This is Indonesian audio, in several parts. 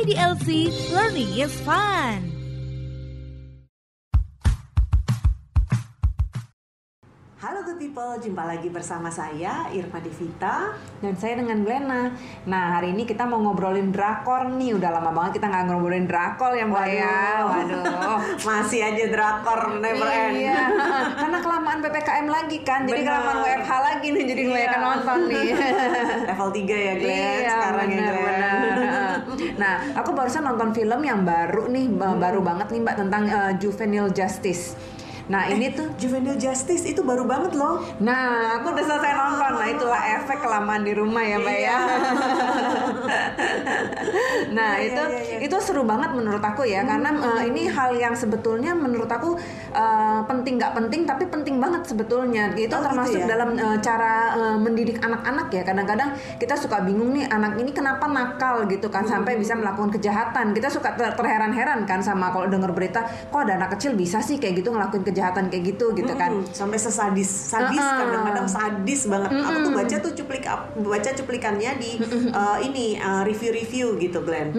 PDLC, learning is fun. Halo good people, jumpa lagi bersama saya Irma Devita dan saya dengan Glenna. Nah, hari ini kita mau ngobrolin drakor nih. Udah lama banget kita nggak ngobrolin drakor ya Mbak ya. Waduh, masih aja drakor never end. Iya, karena kelamaan PPKM lagi kan. Jadi kelamaan WFH lagi nih, jadi kebanyakan nonton nih. Level 3 ya Glenn, iya, sekarang bener, ya Glenn. Nah, aku barusan nonton film yang baru nih, baru banget nih Mbak, tentang Juvenile Justice. Nah ini tuh Juvenile Justice itu baru banget loh. Nah aku udah selesai nonton. Nah itulah efek kelamaan di rumah ya Mbak ya. Nah itu seru banget menurut aku ya. Karena ini hal yang sebetulnya menurut aku penting nggak penting tapi penting banget sebetulnya. Itu termasuk gitu ya? dalam cara mendidik anak-anak ya. Kadang-kadang kita suka bingung nih, anak ini kenapa nakal gitu kan, sampai bisa melakukan kejahatan. Kita suka terheran-heran kan sama kalau dengar berita, kok ada anak kecil bisa sih kayak gitu ngelakuin kejahatan kayak gitu kan. Sampai sadis kadang-kadang sadis banget. Aku tuh baca cuplikannya di review-review gitu Glenn.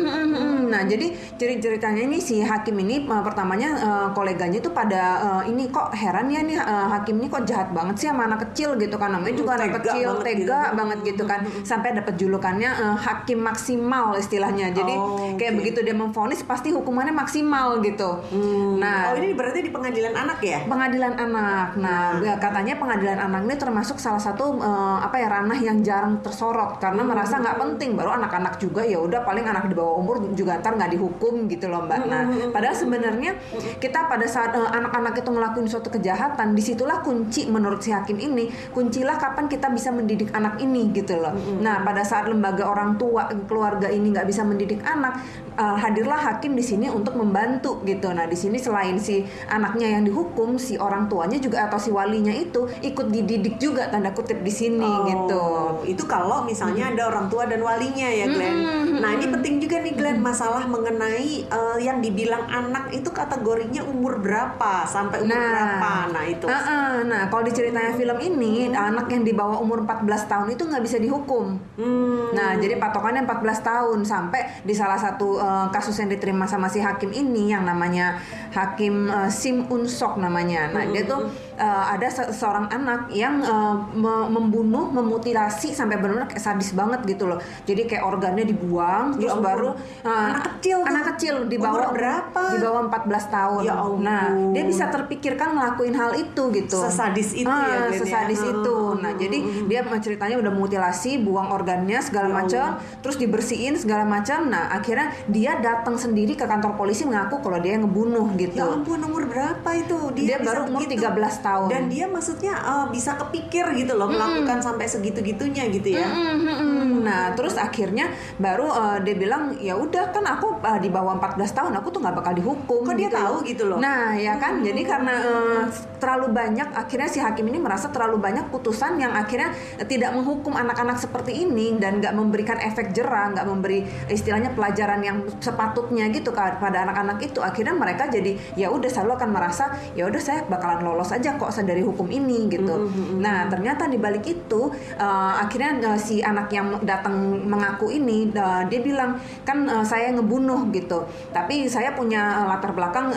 Nah jadi ceritanya ini si hakim ini pertamanya koleganya tuh pada ini kok heran ya nih hakim ini kok jahat banget sih sama anak kecil gitu kan, namanya juga anak kecil tega banget gitu kan, sampai dapat julukannya hakim maksimal istilahnya. Jadi kayak begitu dia memvonis pasti hukumannya maksimal gitu. Nah ini berarti di pengadilan anak ya? Pengadilan anak. Nah, katanya pengadilan anak ini termasuk salah satu ranah yang jarang tersorot karena merasa nggak penting. Baru anak-anak juga ya udah, paling anak di bawah umur juga ntar nggak dihukum gitu loh Mbak. Nah, padahal sebenarnya kita pada saat anak-anak itu ngelakuin suatu kejahatan, disitulah kunci menurut si hakim ini. Kuncilah kapan kita bisa mendidik anak ini gitu loh. Nah, pada saat lembaga orang tua keluarga ini nggak bisa mendidik anak, hadirlah hakim di sini untuk membantu gitu. Nah, di sini selain si anaknya yang dihukum, si orang tuanya juga atau si walinya itu ikut dididik juga tanda kutip di sini gitu. Itu kalau misalnya ada orang tua dan walinya ya Glenn. Nah ini penting juga nih Glenn, masalah mengenai yang dibilang anak itu kategorinya umur berapa sampai umur berapa. Nah itu. Nah kalau di ceritanya film ini anak yang di bawah umur 14 tahun itu nggak bisa dihukum. Nah jadi patokannya 14 tahun sampai di salah satu kasus yang diterima sama si hakim ini yang namanya Hakim Sim Unsok namanya. Nah dia tuh ada seorang anak yang membunuh, memutilasi sampai benar-benar kayak sadis banget gitu loh. Jadi kayak organnya dibuang, terus baru anak kecil di bawah berapa? Di bawah 14 tahun. Ya ampun. Nah dia bisa terpikirkan ngelakuin hal itu gitu. Sesadis itu ya Glenn, sesadis itu. Nah jadi dia ceritanya udah mutilasi, buang organnya segala macam, terus dibersihin segala macam. Nah akhirnya dia datang sendiri ke kantor polisi mengaku kalau dia ngebunuh gitu. Ya ampun, umur berapa itu? Dia baru umur 13 tahun. Dan dia maksudnya bisa kepikir gitu loh, melakukan sampai segitu-gitunya gitu ya. Nah terus akhirnya baru dia bilang ya udah kan aku di bawah 14 tahun aku tuh nggak bakal dihukum. Kok dia tahu gitu loh? Nah ya kan, jadi karena terlalu banyak, akhirnya si hakim ini merasa terlalu banyak putusan yang akhirnya tidak menghukum anak-anak seperti ini dan nggak memberikan efek jera, nggak memberi istilahnya pelajaran yang sepatutnya gitu pada anak-anak itu. Akhirnya mereka jadi ya udah selalu akan merasa ya udah saya bakalan lolos aja kok dari hukum ini gitu. Nah ternyata di balik itu akhirnya si anak yang datang mengaku ini dia bilang kan saya ngebunuh gitu, tapi saya punya latar belakang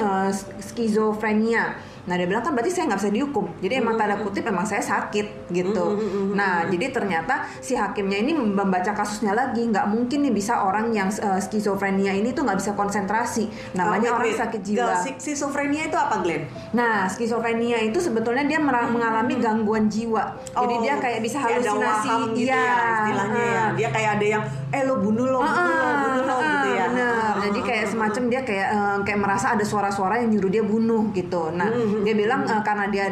skizofrenia. Nah dia bilang kan berarti saya nggak bisa dihukum. Jadi emang tanda kutip emang saya sakit gitu. Nah jadi ternyata si hakimnya ini membaca kasusnya lagi, nggak mungkin nih bisa orang yang skizofrenia ini tuh nggak bisa konsentrasi. Namanya orang sakit jiwa. Skizofrenia itu apa Glenn? Nah skizofrenia itu sebetulnya dia mengalami gangguan jiwa. Jadi dia kayak bisa halusinasi. Gitu ya, istilahnya ya. Dia kayak ada yang lo bunuh lo gitu ya. Benar. Jadi kayak semacam dia kayak merasa ada suara-suara yang nyuruh dia bunuh gitu. Nah dia bilang karena dia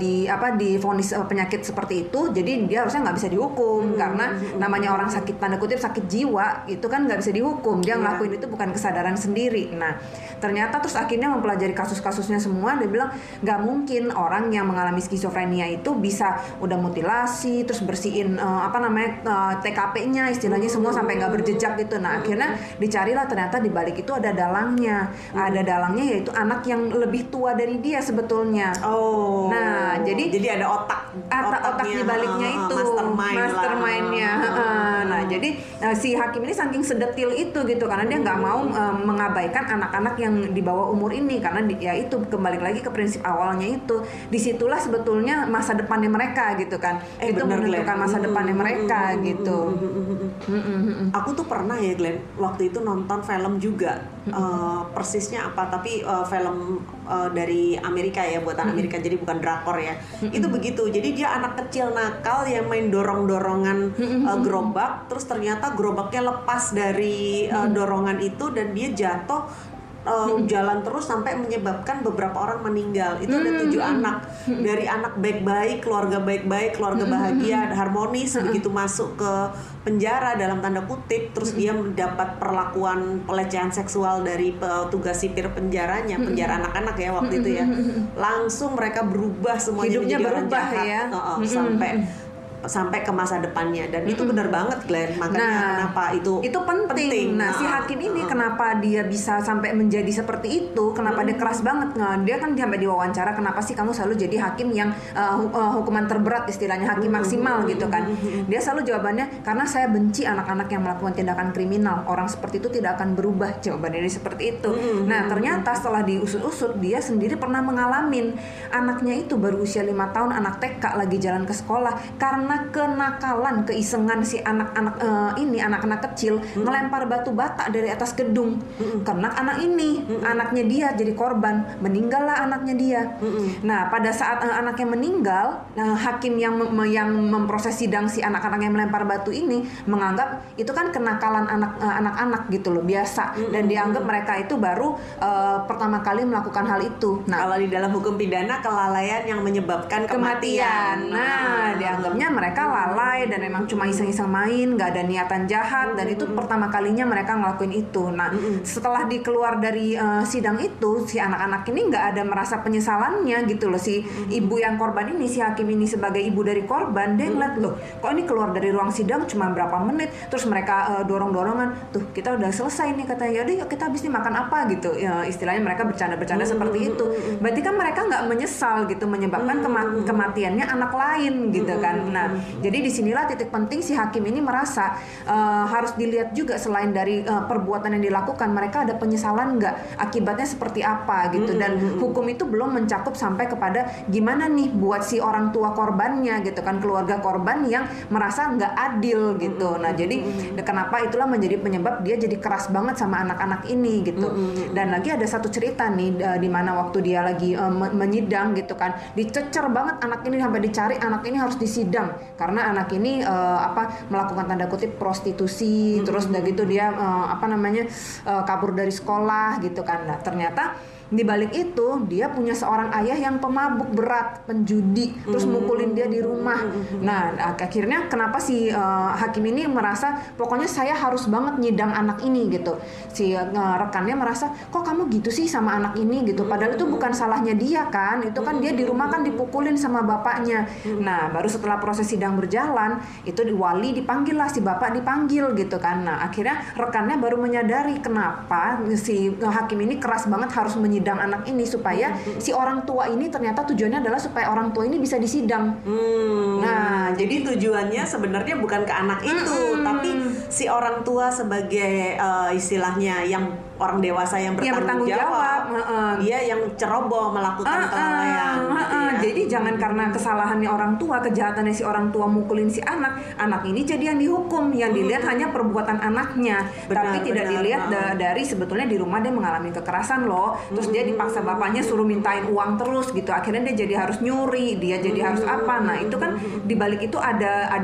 divonis penyakit seperti itu, jadi dia harusnya nggak bisa dihukum karena namanya orang sakit tanda kutip sakit jiwa itu kan nggak bisa dihukum. Dia ngelakuin itu bukan kesadaran sendiri. Nah ternyata terus akhirnya mempelajari kasus-kasusnya semua, dia bilang nggak mungkin orang yang mengalami skizofrenia itu bisa udah mutilasi terus bersihin TKP-nya istilahnya semua sampai nggak berjejak gitu. Nah akhirnya dicarilah ternyata di balik balik itu ada dalangnya. Ada dalangnya yaitu anak yang lebih tua dari dia sebetulnya. Oh. Nah, jadi ada otak di baliknya itu, mastermind-nya. Nah, jadi si hakim ini saking sedetil itu gitu, karena dia nggak mau mengabaikan anak-anak yang di bawah umur ini, karena ya itu kembali lagi ke prinsip awalnya itu. Disitulah sebetulnya masa depannya mereka gitu kan. Itu menentukan masa depannya mereka gitu. Aku tuh pernah ya Glenn, waktu itu nonton film juga, persisnya apa, tapi film dari Amerika ya, buatan Amerika, jadi bukan drakor ya. Itu begitu, jadi dia anak kecil nakal yang main dorong-dorongan gerobak, terus ternyata gerobaknya lepas dari dorongan itu dan dia jatuh, jalan terus sampai menyebabkan beberapa orang meninggal. Itu ada 7 anak, dari anak baik-baik, keluarga baik-baik, keluarga bahagia, harmonis, begitu masuk ke penjara dalam tanda kutip, terus dia mendapat perlakuan pelecehan seksual dari petugas sipir penjaranya, penjara anak-anak ya waktu itu ya, langsung mereka berubah semuanya, hidupnya menjadi berubah orang jahat ya. sampai ke masa depannya. Dan itu benar banget Glenn, makanya kenapa itu penting. Nah, si hakim ini kenapa dia bisa sampai menjadi seperti itu, kenapa dia keras banget. Nah, dia kan sampai diwawancara, kenapa sih kamu selalu jadi hakim yang hukuman terberat, istilahnya hakim maksimal gitu kan. Dia selalu jawabannya, karena saya benci anak-anak yang melakukan tindakan kriminal, orang seperti itu tidak akan berubah. Jawabannya dia seperti itu. Nah, ternyata setelah diusut-usut, dia sendiri pernah mengalamin anaknya itu baru usia 5 tahun, anak TK, lagi jalan ke sekolah, karena kenakalan, keisengan si anak-anak kecil melempar batu bata dari atas gedung. Karena anaknya dia jadi korban, meninggallah anaknya dia. Nah, pada saat anaknya meninggal, hakim yang memproses sidang si anak-anak yang melempar batu ini menganggap itu kan kenakalan anak-anak gitu loh, biasa, dan dianggap mereka itu baru pertama kali melakukan hal itu. Nah, kalau di dalam hukum pidana, kelalaian yang menyebabkan kematian. Nah, dianggapnya mereka lalai dan memang cuma iseng-iseng main, nggak ada niatan jahat, dan itu pertama kalinya mereka ngelakuin itu. Nah, setelah dikeluar dari sidang itu, si anak-anak ini nggak ada merasa penyesalannya gitu loh. Si ibu yang korban ini, si hakim ini sebagai ibu dari korban, dia ngeliat loh, kok ini keluar dari ruang sidang cuma berapa menit, terus mereka dorong-dorongan, tuh kita udah selesai nih katanya, yaudah yuk kita habis nih makan apa gitu. Ya, istilahnya mereka bercanda-bercanda seperti itu. Berarti kan mereka nggak menyesal gitu, menyebabkan kematiannya anak lain gitu kan. Nah, jadi disinilah titik penting si hakim ini merasa harus dilihat juga, selain dari perbuatan yang dilakukan, mereka ada penyesalan nggak, akibatnya seperti apa gitu. Dan hukum itu belum mencakup sampai kepada gimana nih buat si orang tua korbannya gitu kan, keluarga korban yang merasa nggak adil gitu. Nah, jadi kenapa itulah menjadi penyebab dia jadi keras banget sama anak-anak ini gitu. Dan lagi ada satu cerita nih, di mana waktu dia lagi menyidang gitu kan, dicecer banget anak ini sampai dicari anak ini harus disidang karena anak ini melakukan tanda kutip prostitusi, terus udah gitu dia kabur dari sekolah gitu kan. Nah, ternyata di balik itu dia punya seorang ayah yang pemabuk berat, penjudi, terus mukulin dia di rumah. Nah, akhirnya kenapa si hakim ini merasa pokoknya saya harus banget nyidang anak ini gitu. Si rekannya merasa, kok kamu gitu sih sama anak ini gitu, padahal itu bukan salahnya dia kan, itu kan dia di rumah kan dipukulin sama bapaknya. Nah, baru setelah proses sidang berjalan, itu wali dipanggil lah, si bapak dipanggil gitu kan. Nah, akhirnya rekannya baru menyadari kenapa si hakim ini keras banget harus menyidang anak ini, supaya si orang tua ini ternyata tujuannya adalah supaya orang tua ini bisa disidang. Nah, jadi tujuannya sebenarnya bukan ke anak itu, tapi si orang tua sebagai istilahnya yang orang dewasa yang bertanggung jawab. Dia yang ceroboh melakukan kelalaian. Jadi jangan karena kesalahannya orang tua, kejahatannya si orang tua mukulin si anak ini jadi yang dihukum. Yang dilihat hanya perbuatan anaknya, tapi tidak dilihat dari sebetulnya di rumah dia mengalami kekerasan loh. Terus dia dipaksa bapaknya suruh mintain uang terus gitu. Akhirnya dia jadi harus nyuri, dia jadi harus apa. Nah, itu kan dibalik itu ada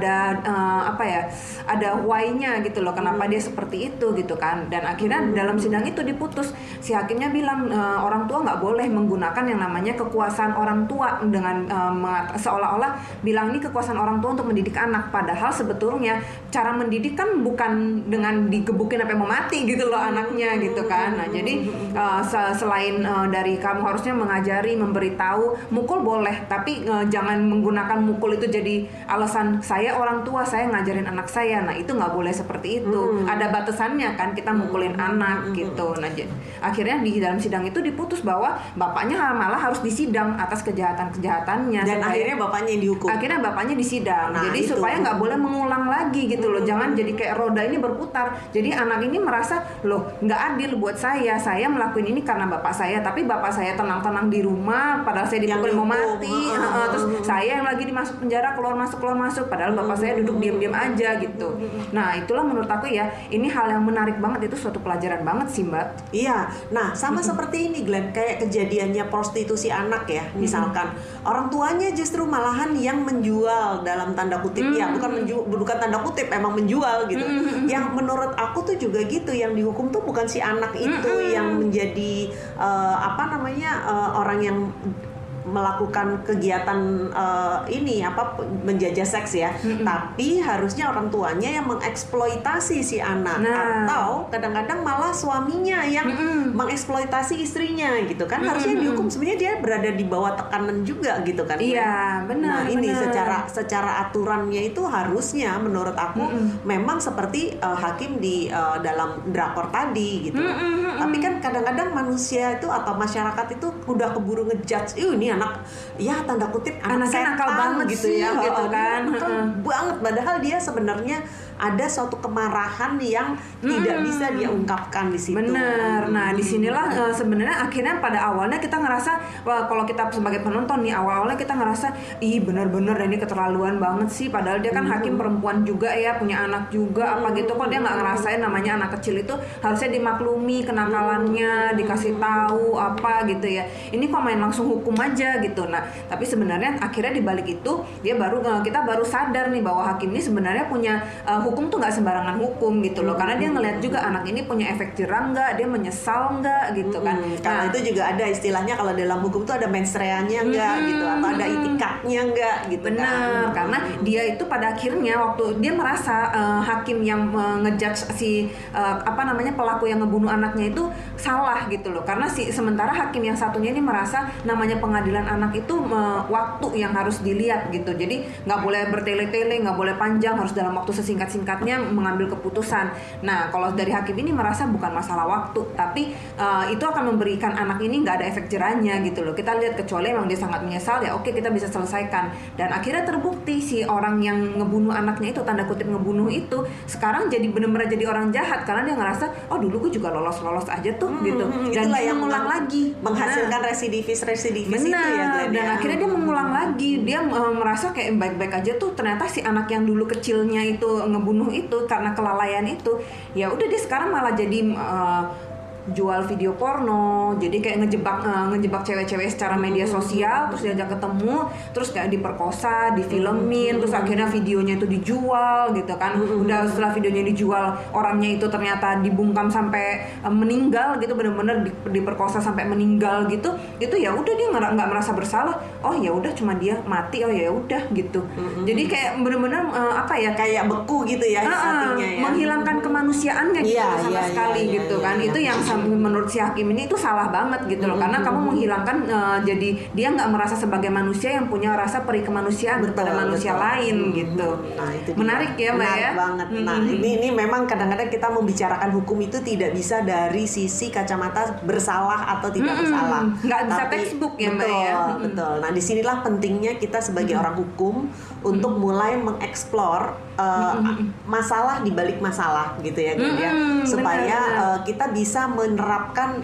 why-nya gitu loh, kenapa dia seperti itu gitu kan. Dan akhirnya dalam sidang itu diputus, si hakimnya bilang orang tua nggak boleh menggunakan yang namanya kekuasaan orang tua dengan seolah-olah bilang ini kekuasaan orang tua untuk mendidik anak, padahal sebetulnya cara mendidik kan bukan dengan digebukin sampai mau mati gitu loh anaknya gitu kan. Nah, jadi selain dari kamu harusnya mengajari, memberitahu, mukul boleh, tapi jangan menggunakan mukul itu jadi alasan saya orang tua, saya ngajarin anak saya. Nah, itu nggak boleh seperti itu. Ada batasannya kan, kita mukulin anak gitu. gitu. Nah, akhirnya di dalam sidang itu diputus bahwa bapaknya malah harus disidang atas kejahatan-kejahatannya. Dan akhirnya bapaknya yang dihukum. Akhirnya bapaknya disidang. Nah, jadi itu. supaya nggak boleh mengulang lagi gitu loh. Jangan jadi kayak roda ini berputar. Jadi anak ini merasa loh nggak adil buat saya. Saya melakukan ini karena bapak saya, tapi bapak saya tenang-tenang di rumah, padahal saya dipukul mau mati. Terus saya yang lagi dimasuk penjara keluar masuk, padahal bapak saya duduk diam-diam aja gitu. Nah itulah menurut aku ya, ini hal yang menarik banget, itu suatu pelajaran banget sih Mbak. Iya, nah sama seperti ini Glenn, kayak kejadiannya prostitusi anak ya, misalkan orang tuanya justru malahan yang menjual dalam tanda kutip ya, bukan tanda kutip, emang menjual gitu. Yang menurut aku tuh juga gitu, yang dihukum tuh bukan si anak itu yang menjadi orang yang melakukan kegiatan menjajah seks ya, tapi harusnya orang tuanya yang mengeksploitasi si anak, atau kadang-kadang malah suaminya yang mengeksploitasi istrinya gitu kan. Harusnya dihukum, sebenarnya dia berada di bawah tekanan juga gitu kan. Iya benar. Nah ini secara aturannya itu harusnya menurut aku memang seperti hakim di dalam drakor tadi gitu. Tapi kan kadang-kadang manusia itu atau masyarakat itu udah keburu ngejudge, ini anak ya tanda kutip anak setan nakal banget gitu sih, ya, gitu kan. Nakal banget, padahal dia sebenarnya ada suatu kemarahan yang tidak bisa dia ungkapkan di situ. Bener. Nah disinilah sebenarnya akhirnya pada awalnya kita ngerasa, wah kalau kita sebagai penonton nih, awalnya kita ngerasa ih bener-bener ini keterlaluan banget sih, padahal dia kan hakim perempuan juga ya, punya anak juga apa gitu, kok dia nggak ngerasain namanya anak kecil itu harusnya dimaklumi kenakalannya, dikasih tahu apa gitu ya. Ini kok main langsung hukum aja gitu. Nah tapi sebenarnya akhirnya dibalik itu kita baru sadar nih bahwa hakim ini sebenarnya punya hukum tuh nggak sembarangan hukum gitu loh, karena dia ngelihat juga anak ini punya efek jerah nggak, dia menyesal nggak gitu kan. Karena itu juga ada istilahnya kalau dalam hukum tuh ada mens reanya nggak gitu, atau ada itikadnya nggak gitu. Benar, karena dia itu pada akhirnya waktu dia merasa hakim yang ngejudge si pelaku yang ngebunuh anaknya itu salah gitu loh, karena sementara hakim yang satunya ini merasa namanya pengadilan anak itu waktu yang harus dilihat gitu, jadi nggak boleh bertele-tele, nggak boleh panjang, harus dalam waktu sesingkat-singkatnya mengambil keputusan. Nah kalau dari hakim ini merasa bukan masalah waktu, tapi itu akan memberikan anak ini nggak ada efek jerahnya gitu loh. Kita lihat kecuali memang dia sangat menyesal ya, oke kita bisa selesaikan. Dan akhirnya terbukti si orang yang ngebunuh anaknya itu, tanda kutip ngebunuh itu, sekarang jadi benar-benar jadi orang jahat karena dia ngerasa oh dulu gue juga lolos aja tuh gitu. Dan itulah dia yang mengulang lagi, menghasilkan residivis itu ya Glenn. Dan akhirnya dia mengulang lagi, dia merasa kayak baik-baik aja tuh, ternyata si anak yang dulu kecilnya itu ngebunuh itu karena kelalaian itu, ya udah dia sekarang malah jadi jual video porno, jadi kayak ngejebak cewek-cewek secara media sosial, terus diajak ketemu, terus kayak diperkosa, difilmin, terus akhirnya videonya itu dijual gitu kan. Udah setelah videonya dijual, orangnya itu ternyata dibungkam sampai meninggal gitu, bener-bener diperkosa sampai meninggal gitu. Itu ya udah dia nggak merasa bersalah. Oh ya udah cuma dia mati, oh ya udah gitu. Jadi kayak bener-bener kayak beku gitu ya hatinya ya. Menghilangkan kemanusiaannya gitu sama sekali gitu kan. Itu yang menurut si hakim ini itu salah banget gitu loh, karena kamu menghilangkan jadi dia nggak merasa sebagai manusia yang punya rasa peri kemanusiaan kepada manusia lain gitu. Nah, itu menarik ya Mbak ya. Banget. Nah ini memang kadang-kadang kita membicarakan hukum itu tidak bisa dari sisi kacamata bersalah atau tidak bersalah. Nggak bisa textbook ya Mbak ya. Betul. Nah disinilah pentingnya kita sebagai orang hukum untuk mulai mengeksplor masalah di balik masalah gitu ya, supaya kita bisa menerapkan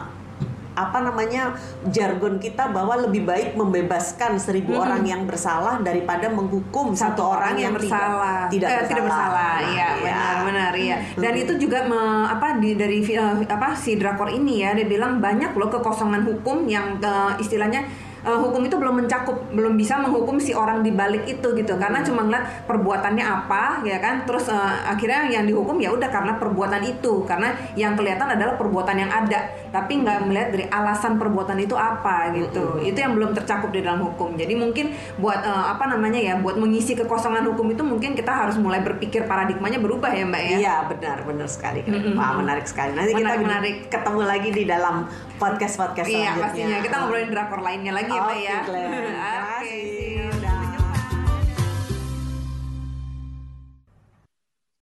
jargon kita bahwa lebih baik membebaskan 1.000 orang yang bersalah daripada menghukum satu orang yang bersalah. tidak bersalah. Iya, benar ya. Dan itu juga dari si drakor ini ya, dia bilang banyak loh kekosongan hukum yang istilahnya hukum itu belum bisa menghukum si orang di balik itu gitu, karena cuma ngeliat perbuatannya apa ya kan, terus akhirnya yang dihukum ya udah karena perbuatan itu, karena yang kelihatan adalah perbuatan yang ada, tapi nggak melihat dari alasan perbuatan itu apa gitu. Itu yang belum tercakup di dalam hukum. Jadi mungkin buat buat mengisi kekosongan hukum itu mungkin kita harus mulai berpikir paradigmanya berubah ya Mbak ya. Iya benar sekali. Wah menarik sekali. Nanti kita ketemu lagi di dalam podcast selanjutnya. Iya pastinya kita ngobrolin drakor lainnya lagi ya Mbak ya.